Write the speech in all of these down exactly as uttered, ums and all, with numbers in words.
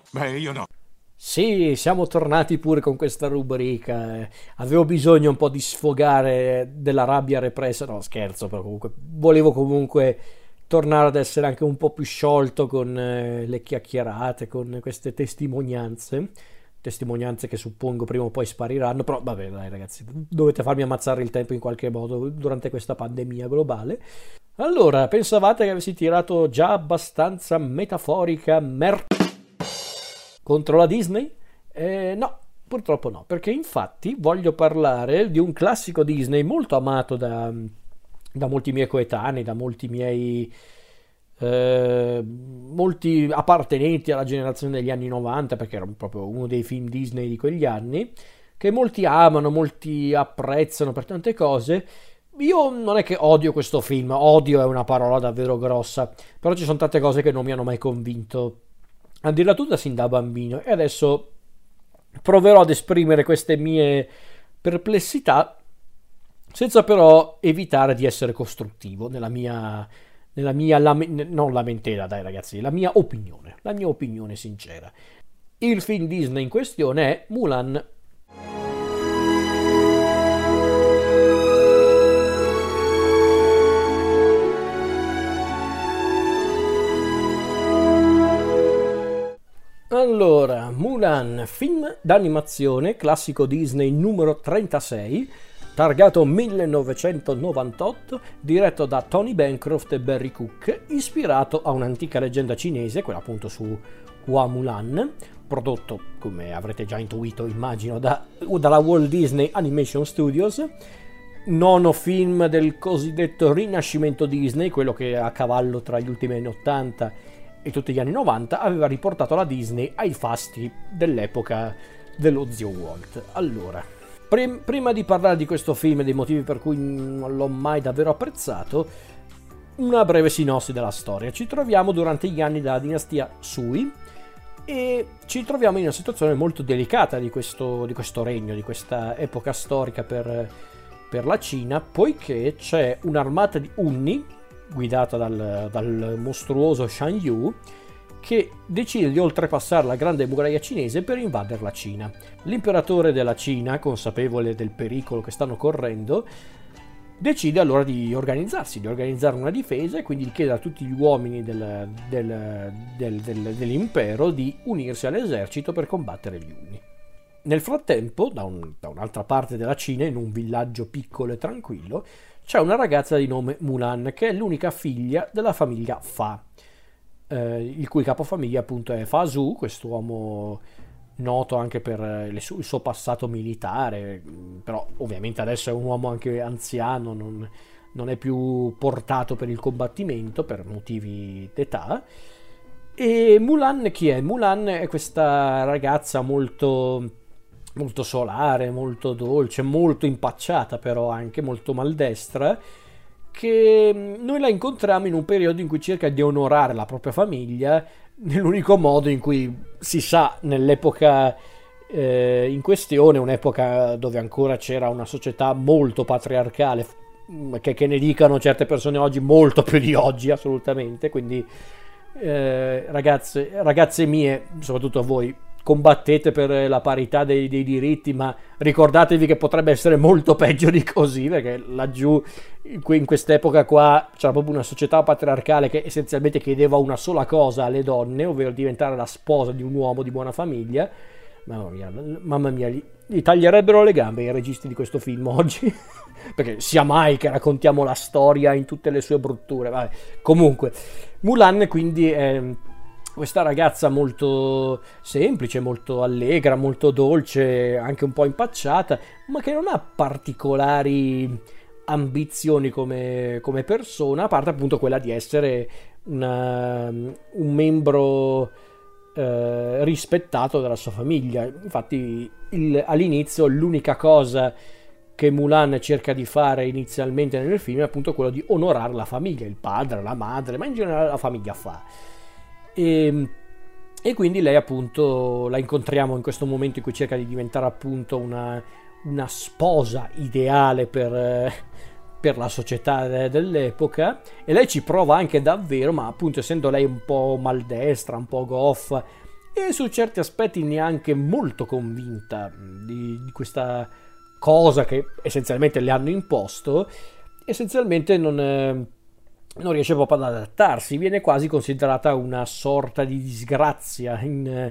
Beh, io no. Sì, siamo tornati pure con questa rubrica. eh. Avevo bisogno un po' di sfogare della rabbia repressa. No, scherzo, però comunque volevo comunque tornare ad essere anche un po' più sciolto con eh, le chiacchierate, con queste testimonianze. Testimonianze che suppongo prima o poi spariranno, però vabbè, dai ragazzi, dovete farmi ammazzare il tempo in qualche modo durante questa pandemia globale. Allora, pensavate che avessi tirato già abbastanza metaforica mer contro la Disney? Eh, no, purtroppo no, perché infatti voglio parlare di un classico Disney molto amato da, da molti miei coetanei, da molti miei eh, molti appartenenti alla generazione degli anni novanta, perché era proprio uno dei film Disney di quegli anni, che molti amano, molti apprezzano per tante cose. Io non è che odio questo film, odio è una parola davvero grossa, però ci sono tante cose che non mi hanno mai convinto, a dirla tutta sin da bambino, e adesso proverò ad esprimere queste mie perplessità senza però evitare di essere costruttivo nella mia, nella mia lame- non lamentela, dai ragazzi, la mia opinione, la mia opinione sincera. Il film Disney in questione è Mulan. Allora, Mulan, film d'animazione, classico Disney numero trentasei, targato millenovecentonovantotto, diretto da Tony Bancroft e Barry Cook, ispirato a un'antica leggenda cinese, quella appunto su Hua Mulan, prodotto, come avrete già intuito, immagino, da, dalla Walt Disney Animation Studios, nono film del cosiddetto rinascimento Disney, quello che a cavallo tra gli ultimi anni ottanta e tutti gli anni novanta aveva riportato la Disney ai fasti dell'epoca dello zio Walt. Allora, prim- prima di parlare di questo film e dei motivi per cui non l'ho mai davvero apprezzato, una breve sinossi della storia. Ci troviamo durante gli anni della dinastia Sui e ci troviamo in una situazione molto delicata di questo, di questo regno, di questa epoca storica per, per la Cina, poiché c'è un'armata di Unni guidata dal, dal mostruoso Shan Yu, che decide di oltrepassare la grande muraglia cinese per invadere la Cina. L'imperatore della Cina, consapevole del pericolo che stanno correndo, decide allora di organizzarsi, di organizzare una difesa e quindi di chiedere a tutti gli uomini del, del, del, del, dell'impero di unirsi all'esercito per combattere gli Unni. Nel frattempo, da, un, da un'altra parte della Cina, in un villaggio piccolo e tranquillo, c'è una ragazza di nome Mulan, che è l'unica figlia della famiglia Fa, eh, il cui capofamiglia appunto è Fa Zhu, quest'uomo noto anche per le su- il suo passato militare, però ovviamente adesso è un uomo anche anziano, non, non è più portato per il combattimento per motivi d'età. E Mulan chi è? Mulan è questa ragazza molto molto solare, molto dolce, molto impacciata, però anche molto maldestra, che noi la incontriamo in un periodo in cui cerca di onorare la propria famiglia nell'unico modo in cui si sa nell'epoca eh, in questione, un'epoca dove ancora c'era una società molto patriarcale, che, che ne dicano certe persone oggi, molto più di oggi assolutamente, quindi eh, ragazze, ragazze mie, soprattutto a voi, combattete per la parità dei, dei diritti, ma ricordatevi che potrebbe essere molto peggio di così, perché laggiù in quest'epoca qua c'era proprio una società patriarcale che essenzialmente chiedeva una sola cosa alle donne, ovvero diventare la sposa di un uomo di buona famiglia. Mamma mia, mamma mia, gli, gli taglierebbero le gambe i registi di questo film oggi, perché sia mai che raccontiamo la storia in tutte le sue brutture. Vabbè. Comunque, Mulan quindi è questa ragazza molto semplice, molto allegra, molto dolce, anche un po' impacciata, ma che non ha particolari ambizioni come, come persona, a parte appunto quella di essere una, un membro eh, rispettato dalla sua famiglia. Infatti il, all'inizio l'unica cosa che Mulan cerca di fare inizialmente nel film è appunto quello di onorare la famiglia, il padre, la madre, ma in generale la famiglia Fa. E, e quindi lei appunto la incontriamo in questo momento in cui cerca di diventare appunto una, una sposa ideale per, per la società dell'epoca, e lei ci prova anche davvero, ma appunto essendo lei un po' maldestra, un po' goffa e su certi aspetti neanche molto convinta di, di questa cosa che essenzialmente le hanno imposto. Essenzialmente non, eh, non riesce proprio ad adattarsi, viene quasi considerata una sorta di disgrazia in,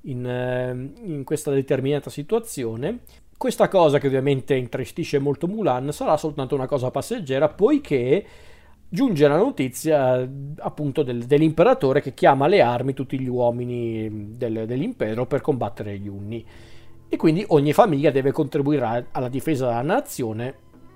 in, in questa determinata situazione. Questa cosa, che ovviamente intristisce molto Mulan, sarà soltanto una cosa passeggera, poiché giunge la notizia appunto del, dell'imperatore che chiama alle armi tutti gli uomini del, dell'impero per combattere gli Unni, e quindi ogni famiglia deve contribuire alla difesa della nazione,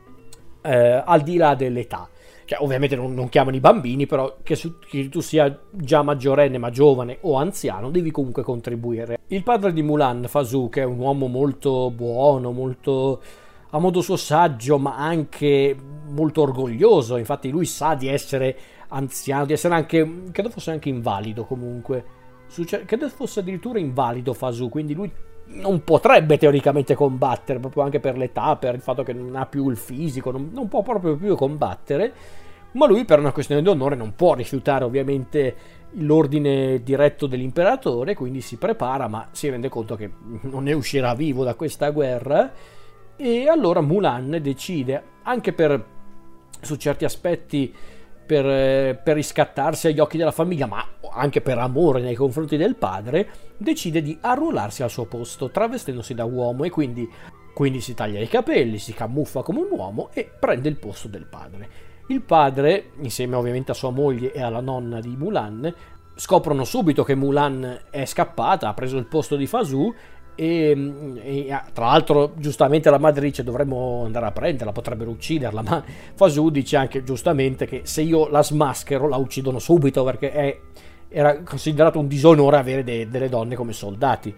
eh, al di là dell'età. Cioè, ovviamente non, non chiamano i bambini, però che, su, che tu sia già maggiorenne, ma giovane o anziano, devi comunque contribuire. Il padre di Mulan, Fazu, che è un uomo molto buono, molto a modo suo saggio, ma anche molto orgoglioso. Infatti lui sa di essere anziano, di essere anche, credo fosse anche invalido comunque, credo fosse addirittura invalido Fazu, quindi lui non potrebbe teoricamente combattere, proprio anche per l'età, per il fatto che non ha più il fisico, non, non può proprio più combattere, ma lui per una questione di onore non può rifiutare ovviamente l'ordine diretto dell'imperatore, quindi si prepara, ma si rende conto che non ne uscirà vivo da questa guerra. E allora Mulan decide, anche per su certi aspetti per, per riscattarsi agli occhi della famiglia, ma anche per amore nei confronti del padre, decide di arruolarsi al suo posto, travestendosi da uomo, e quindi, quindi si taglia i capelli, si camuffa come un uomo e prende il posto del padre. Il padre, insieme ovviamente a sua moglie e alla nonna di Mulan, scoprono subito che Mulan è scappata, ha preso il posto di Fazu, e, e tra l'altro giustamente la madre dice dovremmo andare a prenderla, potrebbero ucciderla, ma Fazu dice anche giustamente che se io la smaschero la uccidono subito, perché è, era considerato un disonore avere de, delle donne come soldati.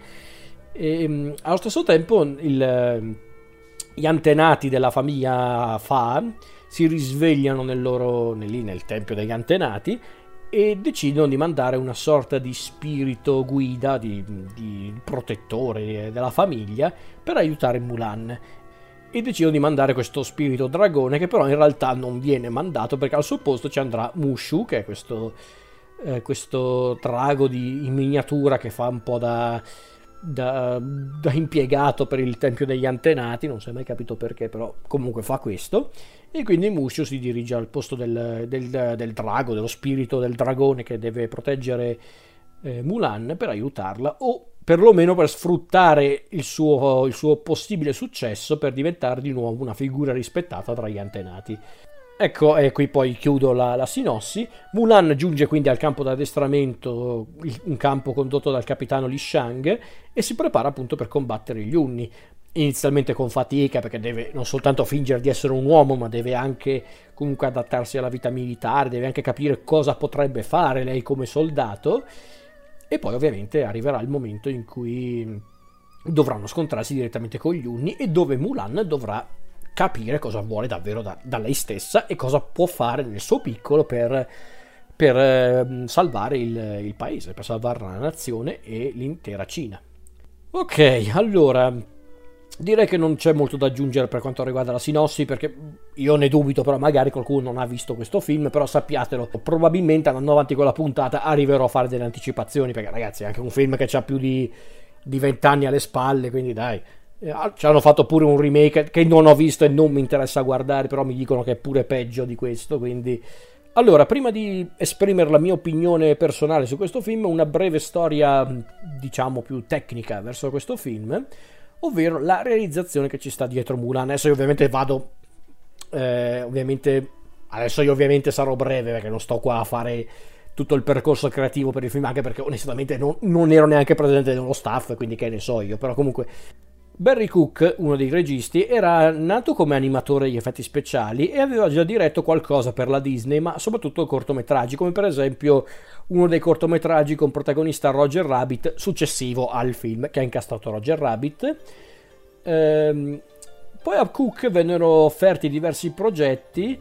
E, allo stesso tempo il, gli antenati della famiglia Fa si risvegliano nel loro, nel, lì nel tempio degli antenati, e decidono di mandare una sorta di spirito guida, di, di protettore della famiglia, per aiutare Mulan. E decidono di mandare questo spirito dragone, che però in realtà non viene mandato, perché al suo posto ci andrà Mushu, che è questo, eh, questo drago di, in miniatura che fa un po' da, da, da impiegato per il tempio degli antenati, non si è mai capito perché, però comunque fa questo. E quindi Mushu si dirige al posto del, del, del drago, dello spirito del dragone che deve proteggere eh, Mulan, per aiutarla, o perlomeno per sfruttare il suo, il suo possibile successo per diventare di nuovo una figura rispettata tra gli antenati. Ecco, e qui poi chiudo la, la sinossi. Mulan giunge quindi al campo d'addestramento, un campo condotto dal capitano Li Shang, e si prepara appunto per combattere gli Unni. Inizialmente con fatica, perché deve non soltanto fingere di essere un uomo, ma deve anche comunque adattarsi alla vita militare, deve anche capire cosa potrebbe fare lei come soldato, e poi ovviamente arriverà il momento in cui dovranno scontrarsi direttamente con gli Unni, e dove Mulan dovrà capire cosa vuole davvero da, da lei stessa e cosa può fare nel suo piccolo per, per eh, salvare il, il paese, per salvare la nazione e l'intera Cina. Ok, allora direi che non c'è molto da aggiungere per quanto riguarda la sinossi, perché io ne dubito, però magari qualcuno non ha visto questo film, però sappiatelo, probabilmente andando avanti con la puntata arriverò a fare delle anticipazioni, perché ragazzi è anche un film che ha più di, di venti anni alle spalle, quindi dai, ci hanno fatto pure un remake che non ho visto e non mi interessa guardare, però mi dicono che è pure peggio di questo, quindi... Allora, prima di esprimere la mia opinione personale su questo film, una breve storia, diciamo, più tecnica verso questo film, ovvero la realizzazione che ci sta dietro Mulan. Adesso io ovviamente vado, eh, ovviamente, adesso io ovviamente sarò breve, perché non sto qua a fare tutto il percorso creativo per il film, anche perché onestamente non, non ero neanche presente nello staff, quindi che ne so io, però comunque... Barry Cook, uno dei registi, era nato come animatore degli effetti speciali e aveva già diretto qualcosa per la Disney, ma soprattutto cortometraggi, come per esempio uno dei cortometraggi con protagonista Roger Rabbit, successivo al film che ha incastrato Roger Rabbit. Ehm, poi a Cook vennero offerti diversi progetti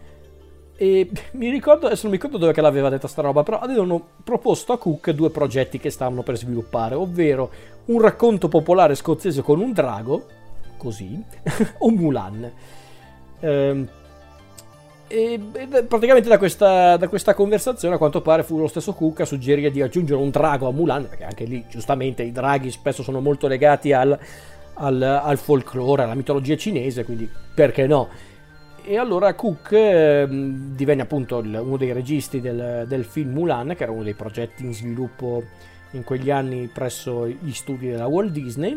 e mi ricordo, adesso non mi ricordo dove che l'aveva detta sta roba, però avevano proposto a Cook due progetti che stavano per sviluppare, ovvero un racconto popolare scozzese con un drago, così, o Mulan. Ehm, E, e praticamente da questa, da questa conversazione a quanto pare fu lo stesso Cook a suggerire di aggiungere un drago a Mulan, perché anche lì giustamente i draghi spesso sono molto legati al, al, al folklore, alla mitologia cinese, quindi perché no? E allora Cook eh, divenne appunto il, uno dei registi del, del film Mulan, che era uno dei progetti in sviluppo in quegli anni presso gli studi della Walt Disney,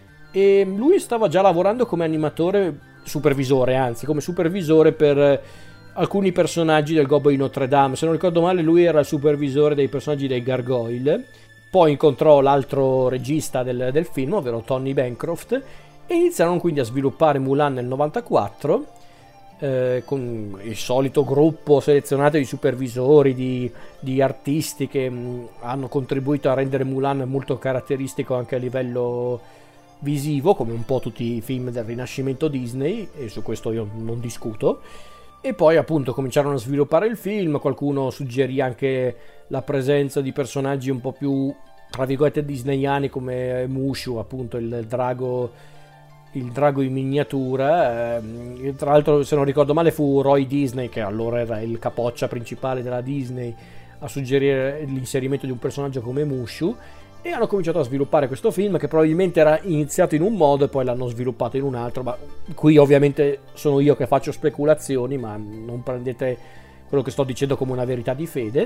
e lui stava già lavorando come animatore, supervisore anzi, come supervisore per alcuni personaggi del Gobbo di Notre Dame. Se non ricordo male lui era il supervisore dei personaggi dei Gargoyle. Poi incontrò l'altro regista del, del film, ovvero Tony Bancroft, e iniziarono quindi a sviluppare Mulan nel novantaquattro, eh, con il solito gruppo selezionato di supervisori, di, di artisti che mh, hanno contribuito a rendere Mulan molto caratteristico anche a livello visivo, come un po' tutti i film del Rinascimento Disney, e su questo io non discuto. E poi appunto cominciarono a sviluppare il film, qualcuno suggerì anche la presenza di personaggi un po' più, tra virgolette, disneyani, come Mushu, appunto il drago, il drago in miniatura. Eh, tra l'altro, se non ricordo male, fu Roy Disney, che allora era il capoccia principale della Disney, a suggerire l'inserimento di un personaggio come Mushu. E hanno cominciato a sviluppare questo film, che probabilmente era iniziato in un modo e poi l'hanno sviluppato in un altro, ma qui ovviamente sono io che faccio speculazioni, ma non prendete quello che sto dicendo come una verità di fede.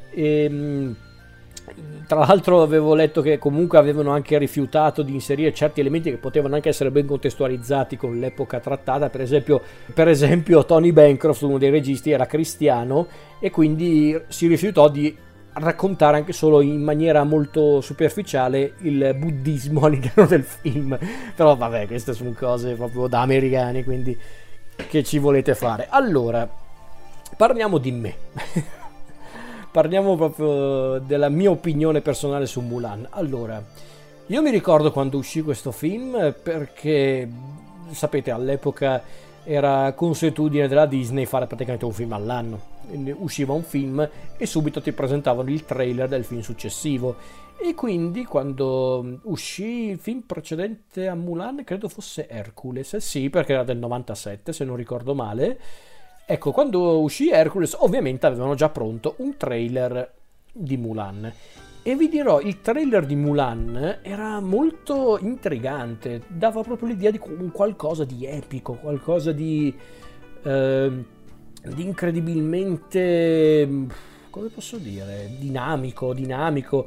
E, tra l'altro avevo letto che comunque avevano anche rifiutato di inserire certi elementi che potevano anche essere ben contestualizzati con l'epoca trattata. Per esempio, per esempio Tony Bancroft, uno dei registi, era cristiano e quindi si rifiutò di raccontare anche solo in maniera molto superficiale il buddismo all'interno del film. Però vabbè, queste sono cose proprio da americani, quindi che ci volete fare? Allora, parliamo di me. Parliamo proprio della mia opinione personale su Mulan. Allora, io mi ricordo quando uscì questo film, perché sapete, all'epoca era consuetudine della Disney fare praticamente un film all'anno. Usciva un film e subito ti presentavano il trailer del film successivo, e quindi quando uscì il film precedente a Mulan, credo fosse Hercules, sì, perché era del novantasette se non ricordo male. Ecco, quando uscì Hercules ovviamente avevano già pronto un trailer di Mulan, e vi dirò, il trailer di Mulan era molto intrigante, dava proprio l'idea di qualcosa di epico, qualcosa di eh, di incredibilmente, come posso dire, dinamico, dinamico,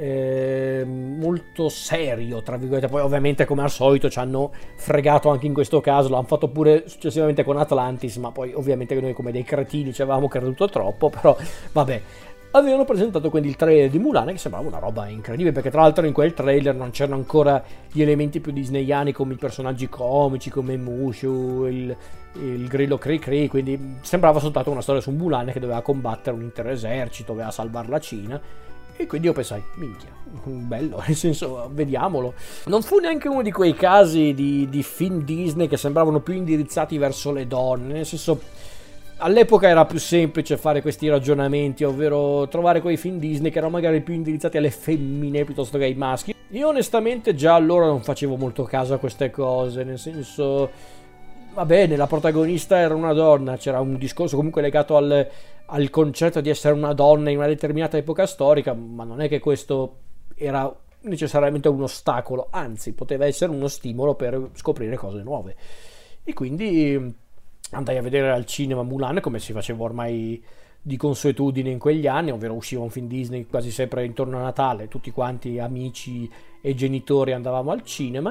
eh, molto serio, tra virgolette. Poi ovviamente, come al solito, ci hanno fregato anche in questo caso, l'hanno fatto pure successivamente con Atlantis, ma poi ovviamente noi come dei cretini ci avevamo creduto troppo, però vabbè. Avevano presentato quindi il trailer di Mulan, che sembrava una roba incredibile, perché tra l'altro in quel trailer non c'erano ancora gli elementi più disneyani come i personaggi comici, come Mushu, il, il grillo Cri Cri, quindi sembrava soltanto una storia su Mulan che doveva combattere un intero esercito, doveva salvare la Cina. E quindi io pensai, minchia, bello, nel senso, vediamolo. Non fu neanche uno di quei casi di, di film Disney che sembravano più indirizzati verso le donne, nel senso, all'epoca era più semplice fare questi ragionamenti, ovvero trovare quei film Disney che erano magari più indirizzati alle femmine piuttosto che ai maschi. Io onestamente già allora non facevo molto caso a queste cose, nel senso, va bene, la protagonista era una donna, c'era un discorso comunque legato al, al concetto di essere una donna in una determinata epoca storica, ma non è che questo era necessariamente un ostacolo, anzi poteva essere uno stimolo per scoprire cose nuove. E quindi andai a vedere al cinema Mulan, come si faceva ormai di consuetudine in quegli anni, ovvero usciva un film Disney quasi sempre intorno a Natale, tutti quanti amici e genitori andavamo al cinema,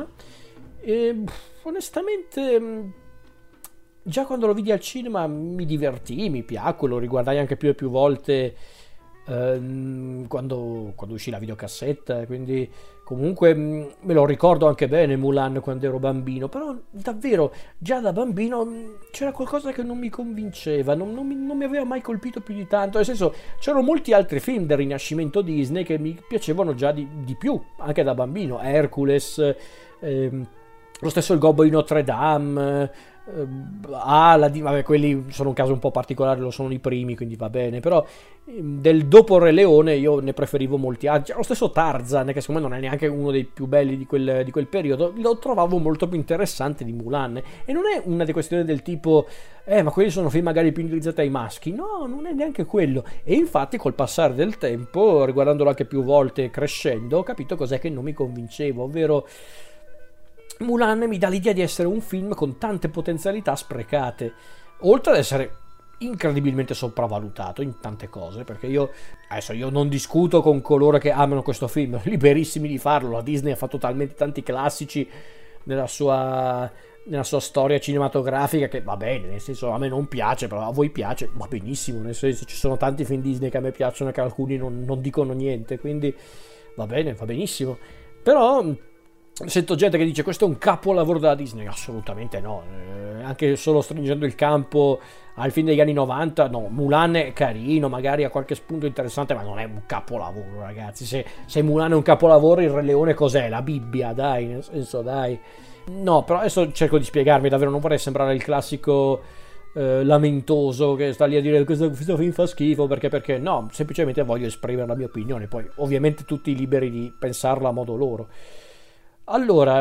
e onestamente già quando lo vidi al cinema mi divertì, mi piacque, lo riguardai anche più e più volte ehm, quando, quando uscì la videocassetta, quindi comunque me lo ricordo anche bene Mulan quando ero bambino, però davvero già da bambino c'era qualcosa che non mi convinceva, non, non, mi, non mi aveva mai colpito più di tanto, nel senso, c'erano molti altri film del Rinascimento Disney che mi piacevano già di, di più, anche da bambino, Hercules, ehm, lo stesso Il Gobbo di Notre Dame, Ah, la, vabbè, quelli sono un caso un po' particolare, lo sono i primi, quindi va bene, però del dopo Re Leone io ne preferivo molti altri. Lo stesso Tarzan, che secondo me non è neanche uno dei più belli di quel, di quel periodo, lo trovavo molto più interessante di Mulan. E non è una di questioni del tipo eh ma quelli sono film magari più indirizzati ai maschi, no, non è neanche quello. E infatti col passare del tempo, riguardandolo anche più volte e crescendo, ho capito cos'è che non mi convincevo, ovvero Mulan mi dà l'idea di essere un film con tante potenzialità sprecate, oltre ad essere incredibilmente sopravvalutato in tante cose, perché io adesso io non discuto con coloro che amano questo film, liberissimi di farlo. La Disney ha fatto talmente tanti classici nella sua nella sua storia cinematografica che va bene, nel senso a me non piace, però a voi piace, va benissimo, nel senso ci sono tanti film Disney che a me piacciono e che alcuni non, non dicono niente, quindi va bene, va benissimo. Però sento gente che dice questo è un capolavoro della Disney. Assolutamente no, eh, anche solo stringendo il campo al film degli anni novanta, no, Mulan è carino, magari ha qualche spunto interessante, ma non è un capolavoro, ragazzi. Se, se Mulan è un capolavoro, il Re Leone cos'è? La Bibbia, dai, nel senso, dai. No, però adesso cerco di spiegarmi, davvero non vorrei sembrare il classico eh, lamentoso che sta lì a dire questo, questo film fa schifo, perché perché no, semplicemente voglio esprimere la mia opinione, poi ovviamente tutti liberi di pensarla a modo loro. Allora,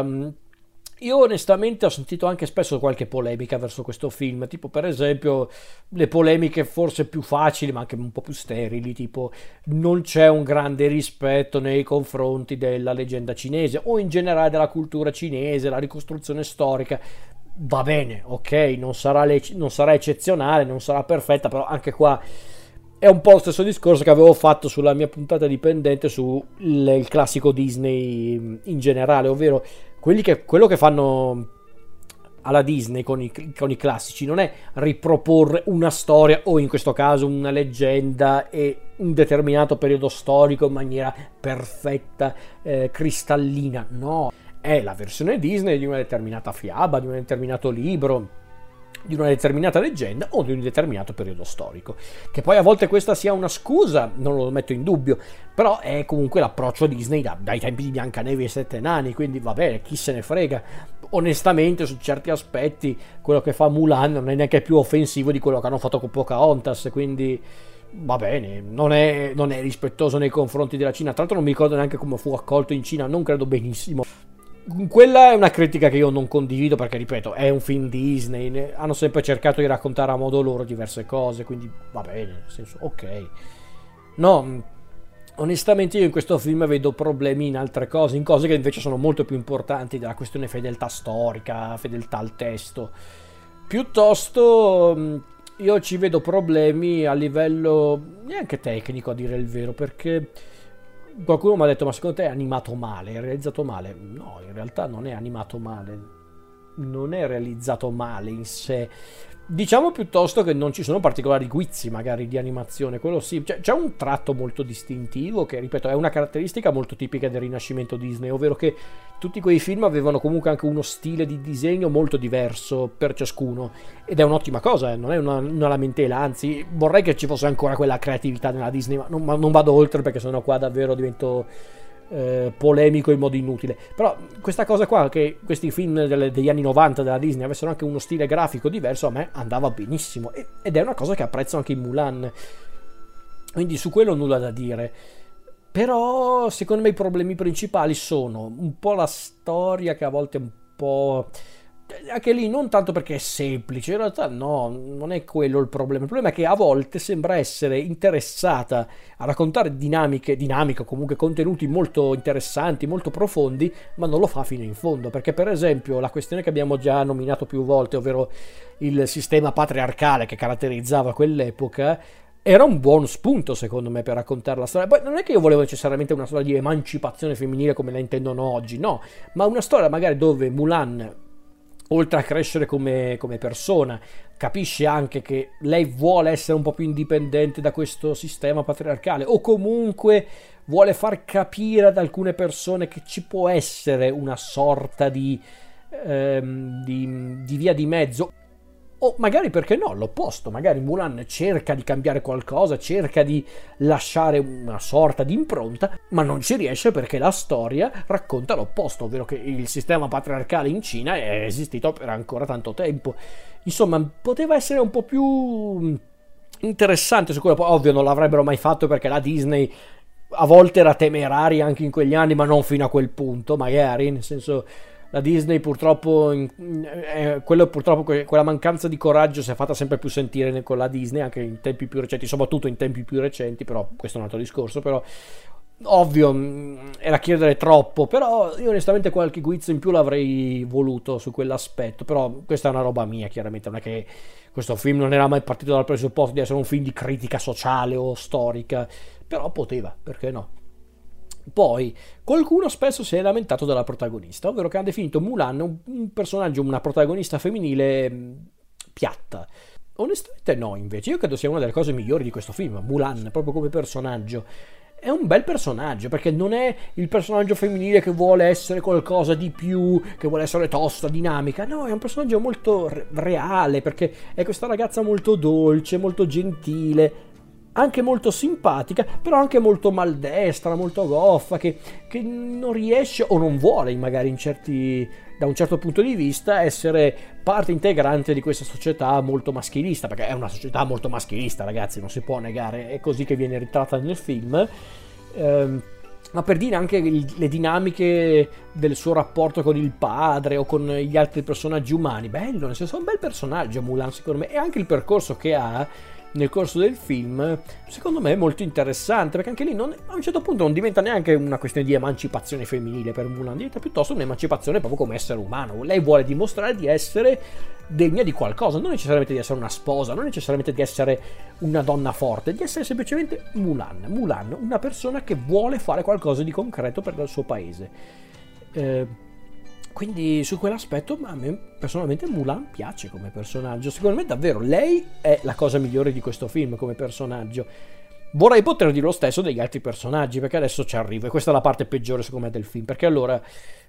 io onestamente ho sentito anche spesso qualche polemica verso questo film, tipo per esempio le polemiche forse più facili ma anche un po' più sterili, tipo non c'è un grande rispetto nei confronti della leggenda cinese o in generale della cultura cinese, la ricostruzione storica. Va bene, ok, non sarà, le- non sarà eccezionale, non sarà perfetta, però anche qua è un po' lo stesso discorso che avevo fatto sulla mia puntata dipendente sul il classico Disney in generale, ovvero quelli che, quello che fanno alla Disney con i, con i classici non è riproporre una storia o in questo caso una leggenda e un determinato periodo storico in maniera perfetta, eh, cristallina, no, è la versione Disney di una determinata fiaba, di un determinato libro, di una determinata leggenda o di un determinato periodo storico. Che poi a volte questa sia una scusa, non lo metto in dubbio, però è comunque l'approccio Disney da, dai tempi di Biancaneve e i Sette Nani, quindi va bene, chi se ne frega. Onestamente su certi aspetti quello che fa Mulan non è neanche più offensivo di quello che hanno fatto con Pocahontas, quindi va bene, non è, non è rispettoso nei confronti della Cina. Tra l'altro non mi ricordo neanche come fu accolto in Cina, non credo benissimo. Quella è una critica che io non condivido perché, ripeto, è un film Disney, hanno sempre cercato di raccontare a modo loro diverse cose, quindi va bene, nel senso, ok. No, onestamente io in questo film vedo problemi in altre cose, in cose che invece sono molto più importanti della questione fedeltà storica, fedeltà al testo. Piuttosto io ci vedo problemi a livello neanche tecnico, a dire il vero, perché qualcuno mi ha detto ma secondo te è animato male, è realizzato male? No, in realtà non è animato male, non è realizzato male in sé. Diciamo piuttosto che non ci sono particolari guizzi magari di animazione, quello sì, c'è, c'è un tratto molto distintivo che, ripeto, è una caratteristica molto tipica del Rinascimento Disney, ovvero che tutti quei film avevano comunque anche uno stile di disegno molto diverso per ciascuno, ed è un'ottima cosa, eh? Non è una, una lamentela, anzi vorrei che ci fosse ancora quella creatività nella Disney, ma non, ma non vado oltre perché sennò qua davvero divento Eh, polemico in modo inutile. Però questa cosa qua, che questi film delle, degli anni novanta della Disney avessero anche uno stile grafico diverso, a me andava benissimo, e, ed è una cosa che apprezzo anche in Mulan, quindi su quello nulla da dire. Però secondo me i problemi principali sono un po' la storia, che a volte è un po', anche lì non tanto perché è semplice, in realtà no, non è quello il problema. Il problema è che a volte sembra essere interessata a raccontare dinamiche, dinamiche o comunque contenuti molto interessanti, molto profondi, ma non lo fa fino in fondo, perché per esempio la questione che abbiamo già nominato più volte, ovvero il sistema patriarcale che caratterizzava quell'epoca, era un buon spunto secondo me per raccontare la storia. Poi non è che io volevo necessariamente una storia di emancipazione femminile come la intendono oggi, no, ma una storia magari dove Mulan, oltre a crescere come, come persona, capisce anche che lei vuole essere un po' più indipendente da questo sistema patriarcale, o comunque vuole far capire ad alcune persone che ci può essere una sorta di, ehm, di, di via di mezzo. O magari, perché no, l'opposto, magari Mulan cerca di cambiare qualcosa, cerca di lasciare una sorta di impronta, ma non ci riesce perché la storia racconta l'opposto, ovvero che il sistema patriarcale in Cina è esistito per ancora tanto tempo. Insomma, poteva essere un po' più interessante su quello. Ovvio non l'avrebbero mai fatto perché la Disney a volte era temeraria anche in quegli anni, ma non fino a quel punto, magari, nel senso... La Disney purtroppo, eh, quello, purtroppo quella mancanza di coraggio si è fatta sempre più sentire con la Disney, anche in tempi più recenti, soprattutto in tempi più recenti, però questo è un altro discorso, però ovvio, era chiedere troppo, però io onestamente qualche guizzo in più l'avrei voluto su quell'aspetto, però questa è una roba mia, chiaramente, non è che questo film non era mai partito dal presupposto di essere un film di critica sociale o storica, però poteva, perché no? Poi, qualcuno spesso si è lamentato della protagonista, ovvero che ha definito Mulan un, un personaggio, una protagonista femminile mh, piatta. Onestamente no, invece, io credo sia una delle cose migliori di questo film, Mulan, proprio come personaggio. È un bel personaggio, perché non è il personaggio femminile che vuole essere qualcosa di più, che vuole essere tosta, dinamica, no, è un personaggio molto re- reale, perché è questa ragazza molto dolce, molto gentile, anche molto simpatica, però anche molto maldestra, molto goffa, che, che non riesce o non vuole magari in certi, da un certo punto di vista essere parte integrante di questa società molto maschilista, perché è una società molto maschilista, ragazzi, non si può negare, è così che viene ritratta nel film. Ehm, ma per dire anche il, le dinamiche del suo rapporto con il padre o con gli altri personaggi umani, bello, nel senso è un bel personaggio Mulan secondo me, e anche il percorso che ha nel corso del film secondo me è molto interessante, perché anche lì non, a un certo punto non diventa neanche una questione di emancipazione femminile per Mulan, diventa piuttosto un'emancipazione proprio come essere umano. Lei vuole dimostrare di essere degna di qualcosa, non necessariamente di essere una sposa, non necessariamente di essere una donna forte, di essere semplicemente Mulan, Mulan, una persona che vuole fare qualcosa di concreto per il suo paese. Eh, Quindi su quell'aspetto a me personalmente Mulan piace come personaggio. Secondo me davvero lei è la cosa migliore di questo film come personaggio. Vorrei poter dire lo stesso degli altri personaggi, perché adesso ci arrivo, e questa è la parte peggiore secondo me del film, perché allora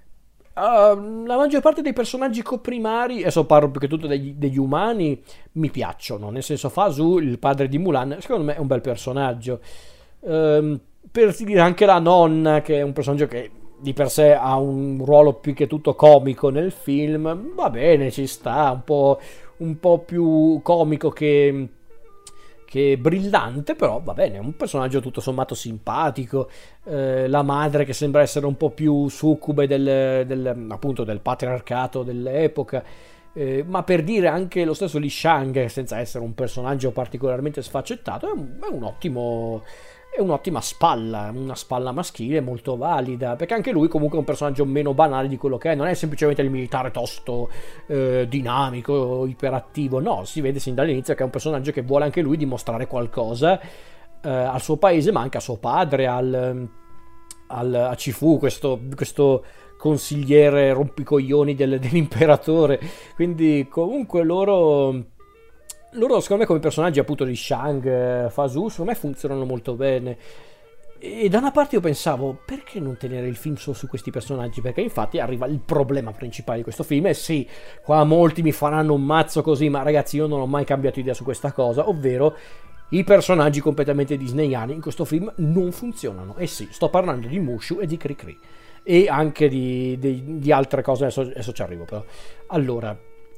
uh, la maggior parte dei personaggi coprimari, adesso parlo più che tutto degli, degli umani, mi piacciono, nel senso Fazu, il padre di Mulan, secondo me è un bel personaggio. Uh, per dire anche la nonna, che è un personaggio che di per sé ha un ruolo più che tutto comico nel film, va bene, ci sta, un po', un po' più comico che, che brillante, però va bene, è un personaggio tutto sommato simpatico. Eh, la madre che sembra essere un po' più succube del, del, appunto del patriarcato dell'epoca, eh, ma per dire anche lo stesso Li Shang, senza essere un personaggio particolarmente sfaccettato, è un, è un ottimo... è un'ottima spalla, una spalla maschile molto valida, perché anche lui comunque è un personaggio meno banale di quello che è, non è semplicemente il militare tosto, eh, dinamico, iperattivo, no, si vede sin dall'inizio che è un personaggio che vuole anche lui dimostrare qualcosa eh, al suo paese, ma anche a suo padre, al, al, a Cifu, questo, questo consigliere rompicoglioni del, dell'imperatore, quindi comunque loro... Loro secondo me come personaggi appunto di Shang, Fazu, secondo me funzionano molto bene. E da una parte io pensavo, perché non tenere il film solo su questi personaggi? Perché infatti arriva il problema principale di questo film, e sì, qua molti mi faranno un mazzo così, ma ragazzi io non ho mai cambiato idea su questa cosa, ovvero i personaggi completamente disneyani in questo film non funzionano. E sì, sto parlando di Mushu e di Cricri, e anche di, di, di altre cose, adesso, adesso ci arrivo però. Allora,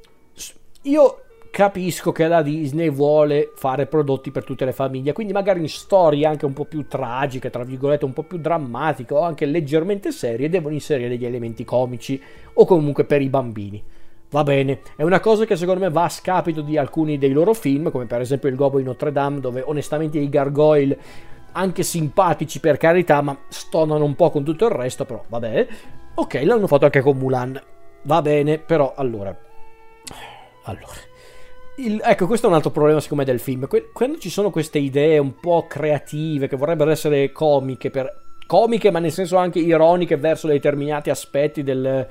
io... capisco che la Disney vuole fare prodotti per tutte le famiglie, quindi magari in storie anche un po' più tragiche, tra virgolette, un po' più drammatiche o anche leggermente serie, devono inserire degli elementi comici o comunque per i bambini. Va bene, è una cosa che secondo me va a scapito di alcuni dei loro film, come per esempio Il Gobbo di Notre Dame, dove onestamente i gargoyle, anche simpatici per carità, ma stonano un po' con tutto il resto, però vabbè. Ok, l'hanno fatto anche con Mulan, va bene, però allora... Allora... Il, ecco, questo è un altro problema secondo me del film. Quando ci sono queste idee un po' creative che vorrebbero essere comiche, per, comiche ma nel senso anche ironiche verso determinati aspetti del,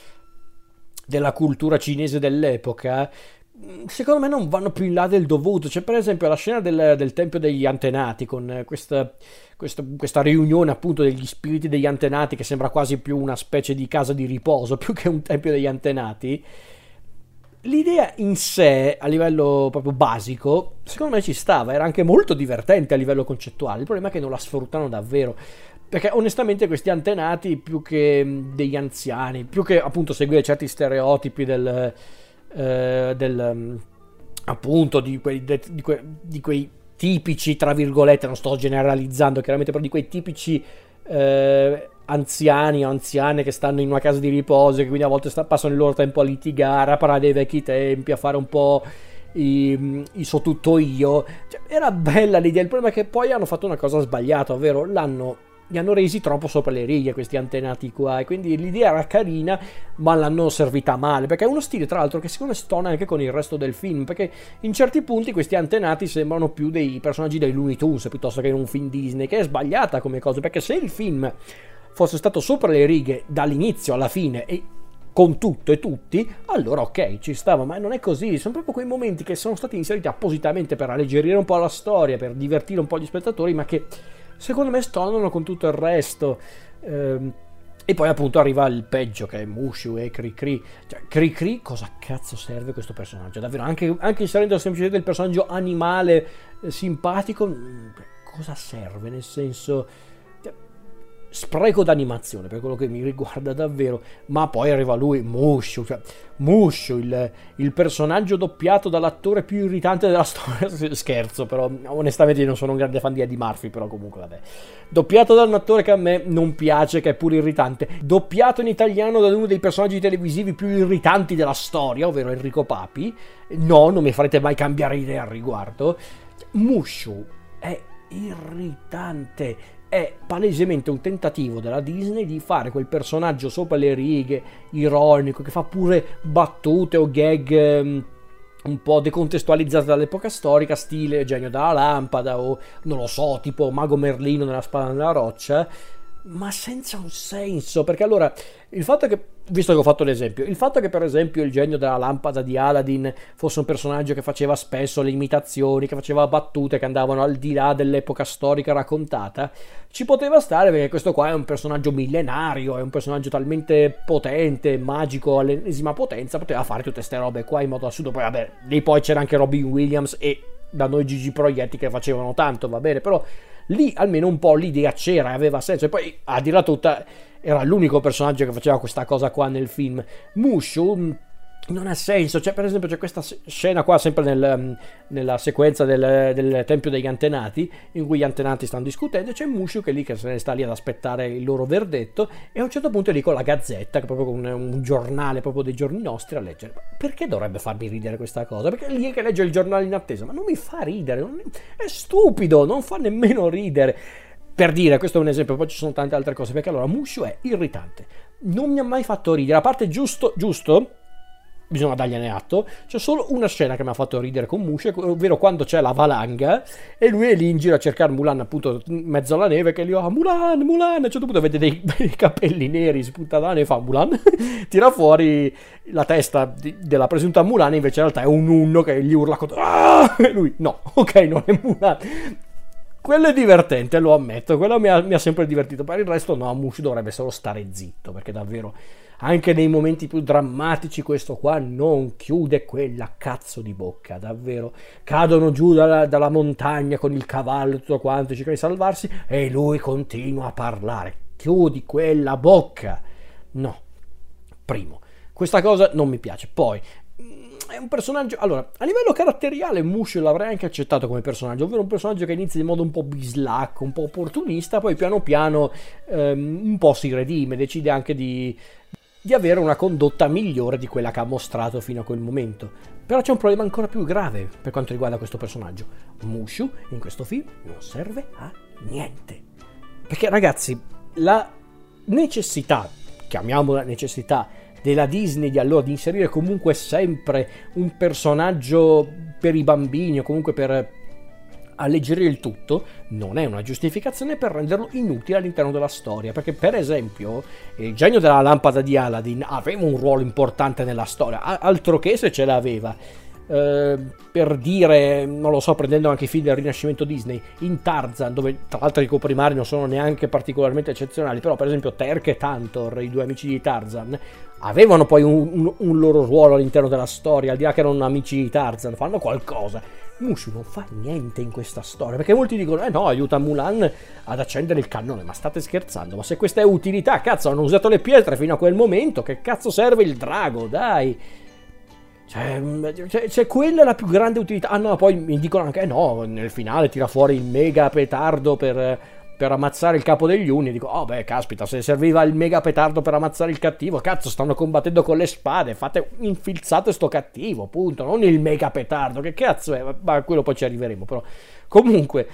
della cultura cinese dell'epoca, secondo me non vanno più in là del dovuto. C'è per esempio la scena del, del Tempio degli Antenati, con questa, questa, questa riunione appunto degli spiriti degli antenati, che sembra quasi più una specie di casa di riposo più che un Tempio degli Antenati. l'idea in sé, a livello proprio basico, secondo me ci stava, era anche molto divertente a livello concettuale. Il problema è che non la sfruttano davvero, perché onestamente questi antenati, più che degli anziani, più che appunto seguire certi stereotipi del, eh, del appunto di quei, di, quei, di quei tipici, tra virgolette, non sto generalizzando chiaramente, però di quei tipici eh, anziani o anziane che stanno in una casa di riposo, che quindi a volte sta, passano il loro tempo a litigare, a parlare dei vecchi tempi, a fare un po' i, i so tutto io. Cioè, era bella l'idea, il problema è che poi hanno fatto una cosa sbagliata, ovvero l'hanno li hanno resi troppo sopra le righe questi antenati qua, e quindi l'idea era carina ma l'hanno servita male, perché è uno stile tra l'altro che secondo me stona anche con il resto del film, perché in certi punti questi antenati sembrano più dei personaggi dei Looney Tunes piuttosto che in un film Disney, che è sbagliata come cosa, perché se il film fosse stato sopra le righe dall'inizio alla fine e con tutto e tutti, allora ok, ci stava, ma non è così. Sono proprio quei momenti che sono stati inseriti appositamente per alleggerire un po' la storia, per divertire un po' gli spettatori, ma che secondo me stonano con tutto il resto. Ehm, e poi appunto arriva il peggio, che è Mushu e Cri-Cri. Cioè, Cri-Cri, cosa cazzo serve questo personaggio? Davvero, anche, anche inserendo semplicemente il personaggio animale eh, simpatico, cosa serve? Nel senso, spreco d'animazione per quello che mi riguarda davvero. Ma poi arriva lui, Mushu, cioè Mushu, il, il personaggio doppiato dall'attore più irritante della storia. Scherzo, però onestamente io non sono un grande fan di Eddie Murphy, però comunque vabbè, doppiato da un attore che a me non piace, che è pure irritante, doppiato in italiano da uno dei personaggi televisivi più irritanti della storia, ovvero Enrico Papi. No, non mi farete mai cambiare idea al riguardo. Mushu è irritante, è palesemente un tentativo della Disney di fare quel personaggio sopra le righe, ironico, che fa pure battute o gag um, un po' decontestualizzate dall'epoca storica, stile Genio dalla lampada o non lo so, tipo Mago Merlino nella Spada nella roccia, ma senza un senso. Perché allora, il fatto che, visto che ho fatto l'esempio, il fatto che per esempio il genio della lampada di Aladdin fosse un personaggio che faceva spesso le imitazioni, che faceva battute che andavano al di là dell'epoca storica raccontata, ci poteva stare, perché questo qua è un personaggio millenario, è un personaggio talmente potente, magico all'ennesima potenza, poteva fare tutte ste robe qua in modo assurdo. Poi vabbè, lì poi c'era anche Robin Williams e da noi Gigi Proietti che facevano tanto, va bene, però lì almeno un po' l'idea c'era, aveva senso. E poi a dirla tutta, era l'unico personaggio che faceva questa cosa qua nel film. Mushu non ha senso. Cioè, per esempio, c'è questa scena qua sempre nel, nella sequenza del, del Tempio degli Antenati, in cui gli antenati stanno discutendo, c'è Mushu che è lì, che se ne sta lì ad aspettare il loro verdetto, e a un certo punto è lì con la Gazzetta, che è proprio un, un giornale proprio dei giorni nostri, a leggere. Ma perché dovrebbe farmi ridere questa cosa? Perché è lì che legge il giornale in attesa, ma non mi fa ridere, non è, è stupido, non fa nemmeno ridere. Per dire, questo è un esempio, poi ci sono tante altre cose, perché allora Mushu è irritante, non mi ha mai fatto ridere, a parte giusto, giusto, bisogna dargliene atto, c'è solo una scena che mi ha fatto ridere con Mushu, ovvero quando c'è la valanga e lui è lì in giro a cercare Mulan, appunto in mezzo alla neve, che lì ha oh, Mulan, Mulan, a un certo punto vede dei, dei capelli neri spuntati dalla neve, fa Mulan, tira fuori la testa di, della presunta Mulan, e invece in realtà è un unno che gli urla contro, ah! E lui, no, ok, non è Mulan. Quello è divertente, lo ammetto, quello mi ha, mi ha sempre divertito. Per il resto no, Mushu dovrebbe solo stare zitto, perché davvero anche nei momenti più drammatici questo qua non chiude quella cazzo di bocca, davvero. Cadono giù dalla, dalla montagna con il cavallo e tutto quanto, cerca di salvarsi e lui continua a parlare. Chiudi quella bocca. No, primo, questa cosa non mi piace. Poi è un personaggio, allora, a livello caratteriale Mushu l'avrei anche accettato come personaggio, ovvero un personaggio che inizia in modo un po' bislacco, un po' opportunista, poi piano piano ehm, un po' si redime, decide anche di, di avere una condotta migliore di quella che ha mostrato fino a quel momento. Però c'è un problema ancora più grave per quanto riguarda questo personaggio. Mushu in questo film non serve a niente, perché ragazzi, la necessità, chiamiamola necessità, della Disney di allora di inserire comunque sempre un personaggio per i bambini o comunque per alleggerire il tutto, non è una giustificazione per renderlo inutile all'interno della storia, perché per esempio il genio della lampada di Aladdin aveva un ruolo importante nella storia, altro che se ce l'aveva, eh, per dire, non lo so, prendendo anche i film del Rinascimento Disney, in Tarzan, dove tra l'altro i coprimari non sono neanche particolarmente eccezionali, però per esempio Terk e Tantor, i due amici di Tarzan, avevano poi un, un, un loro ruolo all'interno della storia, al di là che erano amici di Tarzan, fanno qualcosa. Mushu non fa niente in questa storia, perché molti dicono eh no, aiuta Mulan ad accendere il cannone, ma state scherzando? Ma se questa è utilità, cazzo, hanno usato le pietre fino a quel momento, che cazzo serve il drago, dai? Cioè, cioè, cioè quella è la più grande utilità. Ah no, poi mi dicono anche eh no, nel finale tira fuori il mega petardo per, per ammazzare il capo degli Uni. Dico, oh beh, caspita, se serviva il mega petardo per ammazzare il cattivo, cazzo, stanno combattendo con le spade, fate, infilzate sto cattivo, punto, non il mega petardo, che cazzo è? Ma quello poi ci arriveremo, però. Comunque,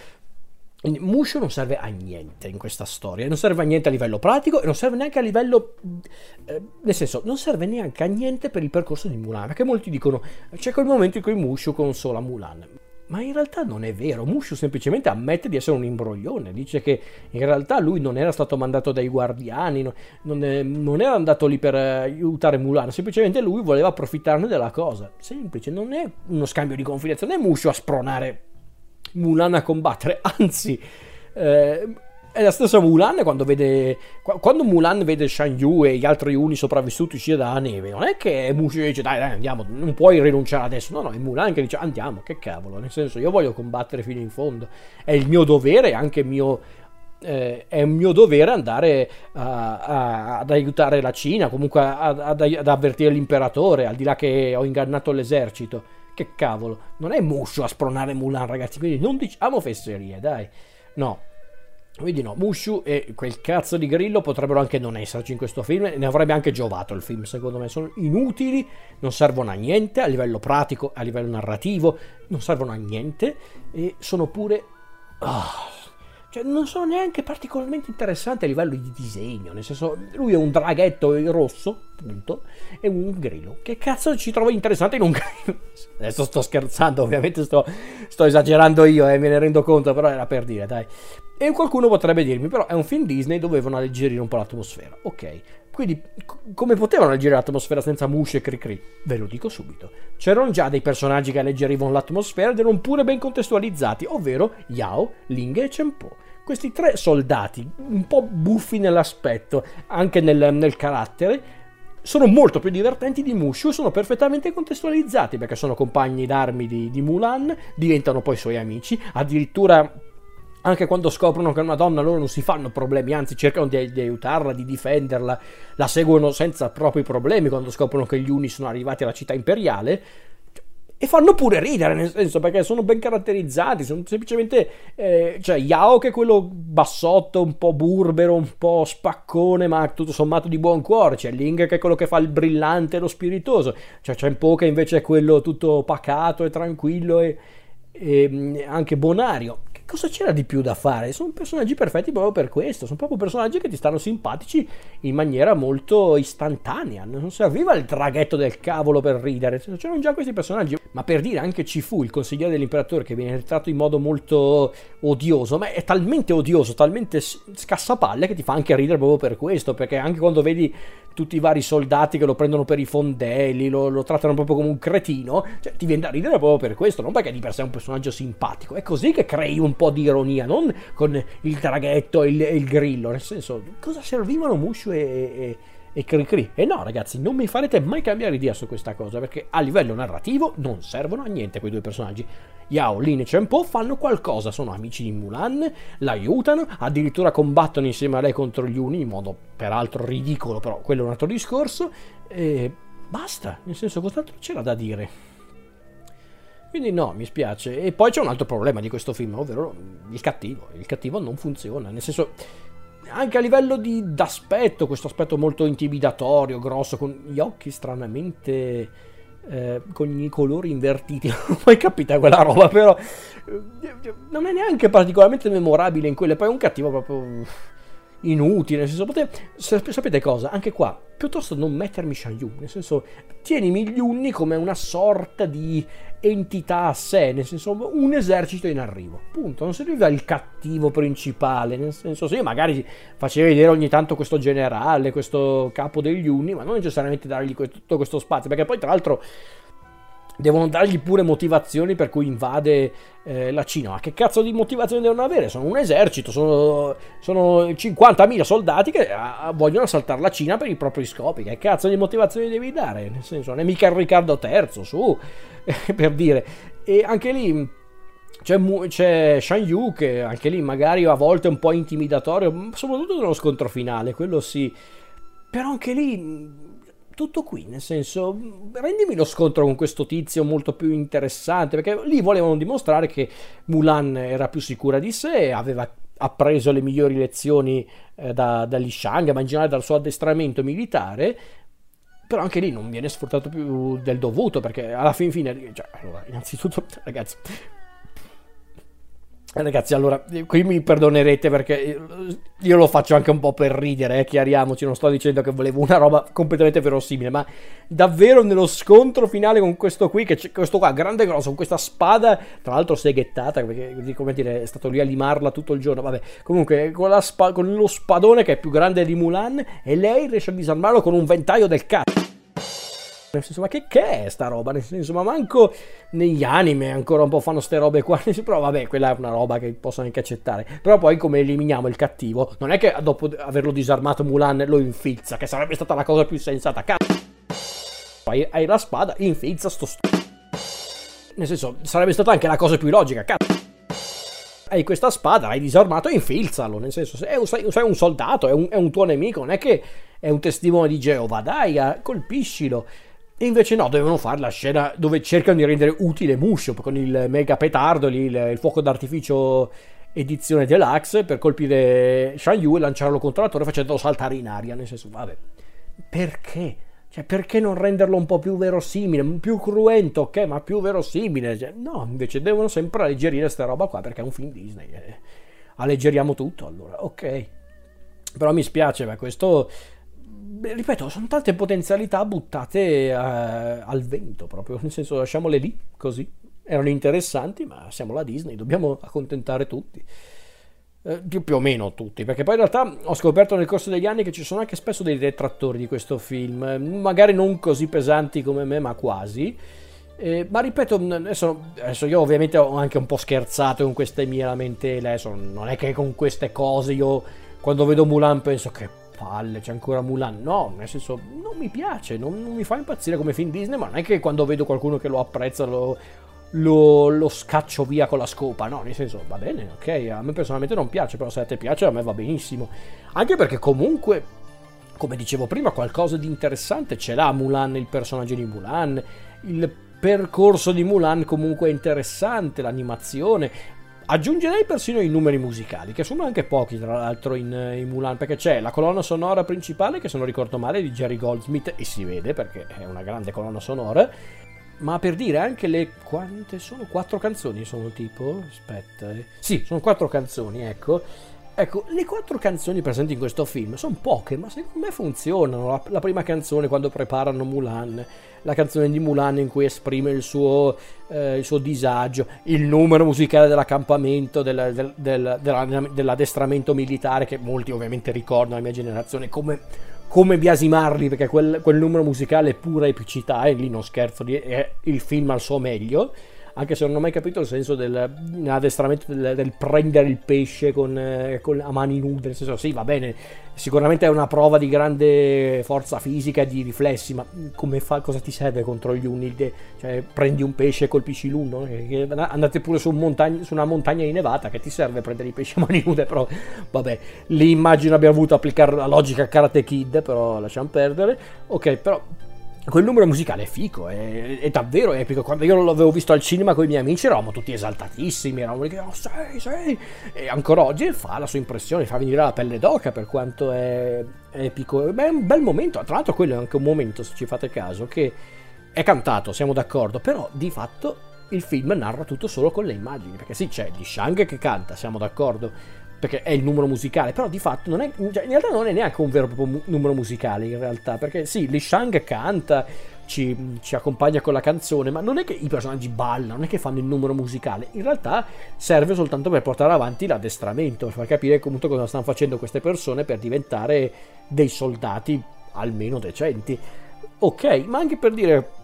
Mushu non serve a niente in questa storia, non serve a niente a livello pratico e non serve neanche a livello, eh, nel senso, non serve neanche a niente per il percorso di Mulan, perché molti dicono, c'è quel momento in cui Mushu consola Mulan. Ma in realtà non è vero, Mushu semplicemente ammette di essere un imbroglione, dice che in realtà lui non era stato mandato dai guardiani, non, non, è, non era andato lì per aiutare Mulan, semplicemente lui voleva approfittarne della cosa, semplice, non è uno scambio di confidenza, non è Mushu a spronare Mulan a combattere, anzi eh, è la stessa Mulan quando vede quando Mulan vede Shan Yu e gli altri Uni sopravvissuti uscire dalla neve, non è che Mushu dice dai dai andiamo, non puoi rinunciare adesso, no no, è Mulan che dice andiamo, che cavolo, nel senso io voglio combattere fino in fondo, è il mio dovere, anche mio eh, è un mio dovere andare a, a, ad aiutare la Cina, comunque ad, ad, ad avvertire l'imperatore, al di là che ho ingannato l'esercito. Che cavolo, non è Mushu a spronare Mulan, ragazzi, quindi non diciamo fesserie, dai. No, quindi no, Mushu e quel cazzo di grillo potrebbero anche non esserci in questo film, ne avrebbe anche giovato il film, secondo me. Sono inutili, non servono a niente a livello pratico, a livello narrativo, non servono a niente e sono pure... Oh, cioè non sono neanche particolarmente interessanti a livello di disegno, nel senso, lui è un draghetto rosso, punto, e un grillo. Che cazzo ci trovo interessante in un grillo? Adesso sto scherzando, ovviamente sto, sto esagerando io, eh, me ne rendo conto, però era per dire, dai. E qualcuno potrebbe dirmi, però è un film Disney, dovevano alleggerire un po' l'atmosfera. Ok, quindi c- come potevano alleggerire l'atmosfera senza Mushu e Cricri? Ve lo dico subito. C'erano già dei personaggi che alleggerivano l'atmosfera ed erano pure ben contestualizzati, ovvero Yao, Ling e Chen-Po. Questi tre soldati, un po' buffi nell'aspetto, anche nel, nel carattere, sono molto più divertenti di Mushu e sono perfettamente contestualizzati perché sono compagni d'armi di, di Mulan, diventano poi suoi amici, addirittura anche quando scoprono che è una donna loro non si fanno problemi, anzi cercano di, di aiutarla, di difenderla, la seguono senza propri problemi quando scoprono che gli Uni sono arrivati alla città imperiale. E fanno pure ridere, nel senso, perché sono ben caratterizzati, sono semplicemente, eh, cioè, Yao che è quello bassotto, un po' burbero, un po' spaccone, ma tutto sommato di buon cuore, c'è Ling che è quello che fa il brillante e lo spiritoso, cioè Chen-Po che invece è quello tutto pacato e tranquillo e, e anche bonario. Cosa c'era di più da fare? Sono personaggi perfetti proprio per questo, sono proprio personaggi che ti stanno simpatici in maniera molto istantanea, non serviva il draghetto del cavolo per ridere, c'erano già questi personaggi, ma per dire anche Cifu, il consigliere dell'imperatore, che viene ritratto in modo molto odioso, ma è talmente odioso, talmente scassapalle che ti fa anche ridere proprio per questo, perché anche quando vedi tutti i vari soldati che lo prendono per i fondelli, lo, lo trattano proprio come un cretino, cioè ti viene da ridere proprio per questo, non perché di per sé è un personaggio simpatico, è così che crei un po' di ironia, non con il draghetto e il, il grillo, nel senso, cosa servivano Mushu e, e, e Cricri? E no ragazzi, non mi farete mai cambiare idea su questa cosa, perché a livello narrativo non servono a niente quei due personaggi. Yao, Lin e Chen-Po fanno qualcosa, sono amici di Mulan, l'aiutano, addirittura combattono insieme a lei contro gli Uni in modo peraltro ridicolo, però quello è un altro discorso, e basta, nel senso, cos'altro c'era da dire? Quindi no, mi spiace. E poi c'è un altro problema di questo film, ovvero il cattivo. Il cattivo non funziona, nel senso, anche a livello di d'aspetto, questo aspetto molto intimidatorio, grosso, con gli occhi stranamente eh, con i colori invertiti. Non ho mai capito quella roba, però eh, non è neanche particolarmente memorabile in quelle. Poi è un cattivo proprio inutile, nel senso, potete, sapete cosa? Anche qua, piuttosto non mettermi Shan Yu, nel senso, tienimi gli Unni come una sorta di entità a sé, nel senso, un esercito in arrivo, punto, non serviva il cattivo principale, nel senso, sì, magari faceva vedere ogni tanto questo generale, questo capo degli Unni, ma non necessariamente dargli tutto questo spazio, perché poi tra l'altro devono dargli pure motivazioni per cui invade eh, la Cina. Ma che cazzo di motivazioni devono avere? Sono un esercito, sono, sono cinquantamila soldati che a, vogliono assaltare la Cina per i propri scopi. Che cazzo di motivazioni devi dare? Nel senso, non è mica il Riccardo terzo, su, per dire. E anche lì c'è, c'è Shan Yu che anche lì magari a volte è un po' intimidatorio, soprattutto nello scontro finale, quello sì. Però anche lì tutto qui, nel senso, rendimi lo scontro con questo tizio molto più interessante, perché lì volevano dimostrare che Mulan era più sicura di sé, aveva appreso le migliori lezioni eh, da, da Li Shang, ma in generale dal suo addestramento militare. Però anche lì non viene sfruttato più del dovuto, perché alla fin fine, cioè, allora, innanzitutto, ragazzi, Ragazzi, allora, qui mi perdonerete perché io lo faccio anche un po' per ridere, eh, chiariamoci, non sto dicendo che volevo una roba completamente verosimile, ma davvero nello scontro finale con questo qui, che c'è questo qua, grande e grosso, con questa spada, tra l'altro seghettata, perché, come dire, è stato lì a limarla tutto il giorno, vabbè, comunque, con, la spa- con lo spadone che è più grande di Mulan, e lei riesce a disarmarlo con un ventaglio del cazzo. Nel senso, ma che, che è sta roba? Nel senso, ma manco negli anime ancora un po' fanno ste robe qua. Però vabbè, quella è una roba che posso anche accettare. Però poi come eliminiamo il cattivo? Non è che dopo averlo disarmato Mulan lo infilza, che sarebbe stata la cosa più sensata. Cazzo, poi hai la spada, infilza sto st... Nel senso, sarebbe stata anche la cosa più logica. Cazzo, hai questa spada, l'hai disarmato, infilzalo. Nel senso, sei, sei un soldato, è un, è un tuo nemico, non è che è un testimone di Geova. Dai, colpiscilo. E invece no, dovevano fare la scena dove cercano di rendere utile Musho con il mega petardo, lì, il, il fuoco d'artificio edizione deluxe, per colpire Shan Yu e lanciarlo contro la torre facendolo saltare in aria. Nel senso, vabbè, perché? Cioè, perché non renderlo un po' più verosimile, più cruento, ok, ma più verosimile? Cioè, no, invece devono sempre alleggerire sta roba qua, perché è un film Disney. Eh. Alleggeriamo tutto, allora, ok. Però mi spiace, ma questo... ripeto, sono tante potenzialità buttate eh, al vento proprio, nel senso, lasciamole lì così, erano interessanti, ma siamo la Disney, dobbiamo accontentare tutti, eh, più, più o meno tutti, perché poi in realtà ho scoperto nel corso degli anni che ci sono anche spesso dei detrattori di questo film, magari non così pesanti come me, ma quasi. Eh, ma ripeto, adesso, adesso io ovviamente ho anche un po' scherzato con queste mie lamentele, adesso non è che con queste cose io quando vedo Mulan penso che palle, c'è ancora Mulan. No, nel senso, non mi piace, non, non mi fa impazzire come film Disney, ma non è che quando vedo qualcuno che lo apprezza lo, lo, lo scaccio via con la scopa, no, nel senso, va bene, ok, a me personalmente non piace, però se a te piace a me va benissimo, anche perché comunque, come dicevo prima, qualcosa di interessante ce l'ha Mulan, il personaggio di Mulan, il percorso di Mulan comunque è interessante, l'animazione. Aggiungerei persino i numeri musicali, che sono anche pochi tra l'altro in, in Mulan, perché c'è la colonna sonora principale, che se non ricordo male è di Jerry Goldsmith, e si vede perché è una grande colonna sonora, ma per dire anche le... quante sono? Quattro canzoni sono tipo? Aspetta, eh. Sì, sono quattro canzoni, ecco. Ecco, le quattro canzoni presenti in questo film sono poche, ma secondo me funzionano. La, la prima canzone quando preparano Mulan, la canzone di Mulan in cui esprime il suo, eh, il suo disagio, il numero musicale dell'accampamento, del, del, del, della, dell'addestramento militare, che molti ovviamente ricordano, la mia generazione, come, come biasimarli, perché quel, quel numero musicale è pura epicità, e lì non scherzo, è il film al suo meglio. Anche se non ho mai capito il senso dell'addestramento del, del prendere il pesce con, eh, con a mani nude, nel senso, sì, va bene, sicuramente è una prova di grande forza fisica e di riflessi, ma come fa, cosa ti serve contro gli Unid? Cioè, prendi un pesce e colpisci l'uno? Eh, andate pure su, un montagna, su una montagna innevata, che ti serve prendere i pesci a mani nude? Però vabbè, lì immagino abbia voluto applicare la logica Karate Kid, però lasciamo perdere. Ok, però quel numero musicale è fico, è, è davvero epico. Quando io l'avevo visto al cinema con i miei amici eravamo tutti esaltatissimi, eravamo lì che oh, sei, sei, e ancora oggi fa la sua impressione, fa venire la pelle d'oca per quanto è epico. Beh, è un bel momento, tra l'altro quello è anche un momento, se ci fate caso, che è cantato, siamo d'accordo, però di fatto il film narra tutto solo con le immagini, perché sì, c'è Li Shang che canta, siamo d'accordo, perché è il numero musicale, però di fatto non è, cioè, in realtà non è neanche un vero e proprio mu- numero musicale in realtà, perché sì, Li Shang canta, ci, ci accompagna con la canzone, ma non è che i personaggi ballano, non è che fanno il numero musicale, in realtà serve soltanto per portare avanti l'addestramento, per far capire comunque cosa stanno facendo queste persone per diventare dei soldati almeno decenti. Ok, ma anche per dire,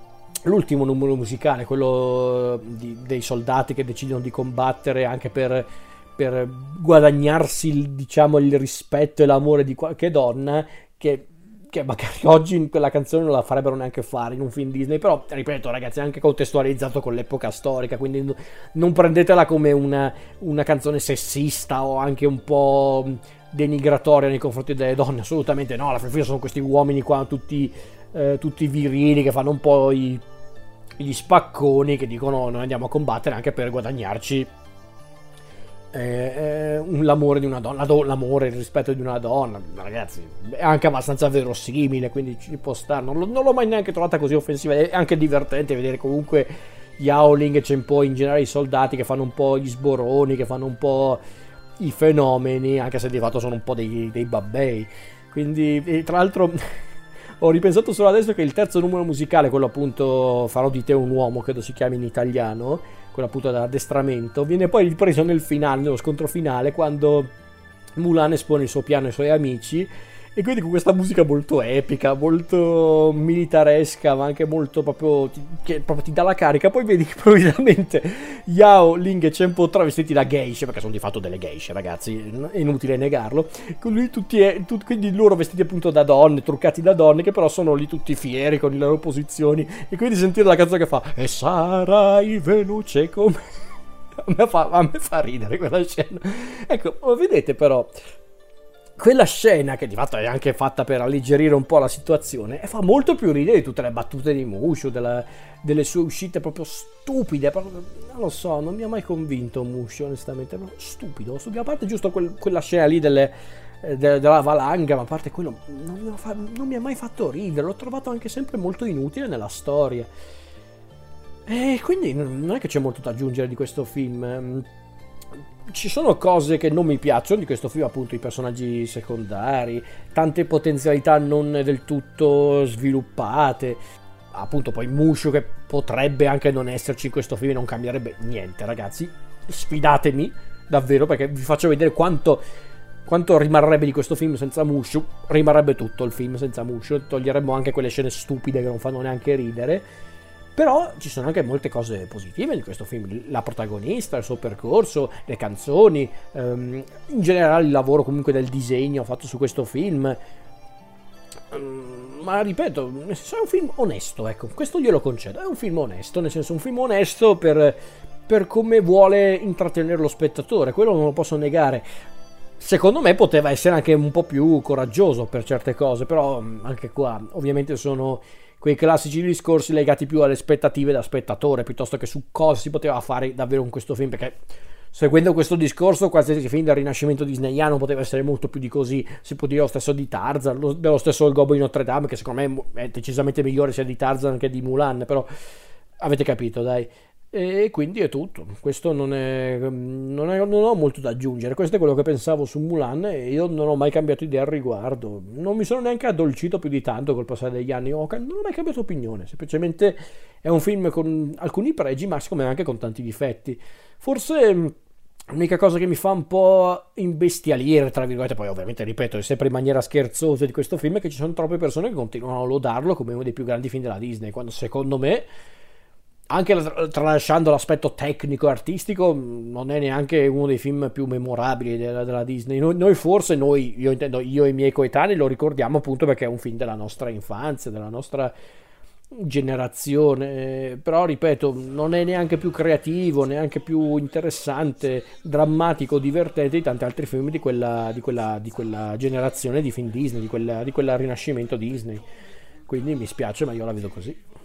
l'ultimo numero musicale, quello di, dei soldati che decidono di combattere anche per, per guadagnarsi il, diciamo, il rispetto e l'amore di qualche donna, che, che magari oggi in quella canzone non la farebbero neanche fare in un film Disney, però ripeto ragazzi, è anche contestualizzato con l'epoca storica, quindi n- non prendetela come una, una canzone sessista o anche un po' denigratoria nei confronti delle donne, assolutamente no. Alla fine sono questi uomini qua tutti, eh, tutti virili, che fanno un po' i, gli spacconi, che dicono noi andiamo a combattere anche per guadagnarci eh, eh, l'amore di una donna, l'amore, il rispetto di una donna. Ragazzi, è anche abbastanza verosimile, quindi ci può stare. Non, non l'ho mai neanche trovata così offensiva. È anche divertente vedere comunque gli Howling e c'è un po' in generale i soldati che fanno un po' gli sboroni, che fanno un po' i fenomeni, anche se di fatto sono un po' dei, dei babbei. Quindi, e tra l'altro ho ripensato solo adesso che il terzo numero musicale, quello appunto Farò di te un uomo, credo si chiami in italiano, quello appunto dell'addestramento, viene poi ripreso nel finale, nello scontro finale, quando Mulan espone il suo piano ai suoi amici, e quindi con questa musica molto epica, molto militaresca, ma anche molto proprio che proprio ti dà la carica. Poi vedi che improvvisamente Yao, Ling e Chen-Po travestiti da geisha, perché sono di fatto delle geisha, ragazzi, è inutile negarlo. Con lui tutti, tutti, quindi loro vestiti appunto da donne, truccati da donne, che però sono lì tutti fieri con le loro posizioni, e quindi sentire la canzone che fa "E sarai veloce come..." a me fa, a me fa ridere quella scena. Ecco, vedete però quella scena, che di fatto è anche fatta per alleggerire un po' la situazione, e fa molto più ridere di tutte le battute di Mushu, della, delle sue uscite proprio stupide, proprio, non lo so, non mi ha mai convinto Mushu onestamente, ma stupido, stupido. A parte giusto quel, quella scena lì delle, eh, de, della valanga, ma a parte quello non mi, fa, non mi ha mai fatto ridere, l'ho trovato anche sempre molto inutile nella storia, e quindi non è che c'è molto da aggiungere di questo film. Ci sono cose che non mi piacciono di questo film, appunto i personaggi secondari, tante potenzialità non del tutto sviluppate, appunto poi Mushu che potrebbe anche non esserci in questo film e non cambierebbe niente. Ragazzi, sfidatemi davvero, perché vi faccio vedere quanto, quanto rimarrebbe di questo film senza Mushu. Rimarrebbe tutto il film senza Mushu, toglieremmo anche quelle scene stupide che non fanno neanche ridere. Però ci sono anche molte cose positive in questo film, la protagonista, il suo percorso, le canzoni, ehm, in generale il lavoro comunque del disegno fatto su questo film. Um, ma ripeto, nel senso, è un film onesto, ecco, questo glielo concedo, è un film onesto, nel senso un film onesto per, per come vuole intrattenere lo spettatore, quello non lo posso negare. Secondo me poteva essere anche un po' più coraggioso per certe cose, però anche qua ovviamente sono quei classici discorsi legati più alle aspettative da spettatore, piuttosto che su cosa si poteva fare davvero in questo film, perché seguendo questo discorso qualsiasi film del rinascimento disneyano poteva essere molto più di così. Si può dire lo stesso di Tarzan, lo, dello stesso Il Gobbo di Notre Dame, che secondo me è decisamente migliore sia di Tarzan che di Mulan, però avete capito, dai. E quindi è tutto, questo non è, non è non ho molto da aggiungere, questo è quello che pensavo su Mulan e io non ho mai cambiato idea al riguardo, non mi sono neanche addolcito più di tanto col passare degli anni, non ho mai cambiato opinione, semplicemente è un film con alcuni pregi ma secondo me anche con tanti difetti. Forse l'unica cosa che mi fa un po' imbestialire, tra virgolette, poi ovviamente ripeto è sempre in maniera scherzosa di questo film, è che ci sono troppe persone che continuano a lodarlo come uno dei più grandi film della Disney, quando secondo me, anche tralasciando l'aspetto tecnico e artistico, non è neanche uno dei film più memorabili della, della Disney. Noi, noi forse, noi, io intendo io e i miei coetanei, lo ricordiamo appunto perché è un film della nostra infanzia, della nostra generazione, però ripeto non è neanche più creativo, neanche più interessante, drammatico, divertente di tanti altri film di quella, di quella, di quella generazione di film Disney, di quella, di quella rinascimento Disney. Quindi mi spiace, ma io la vedo così.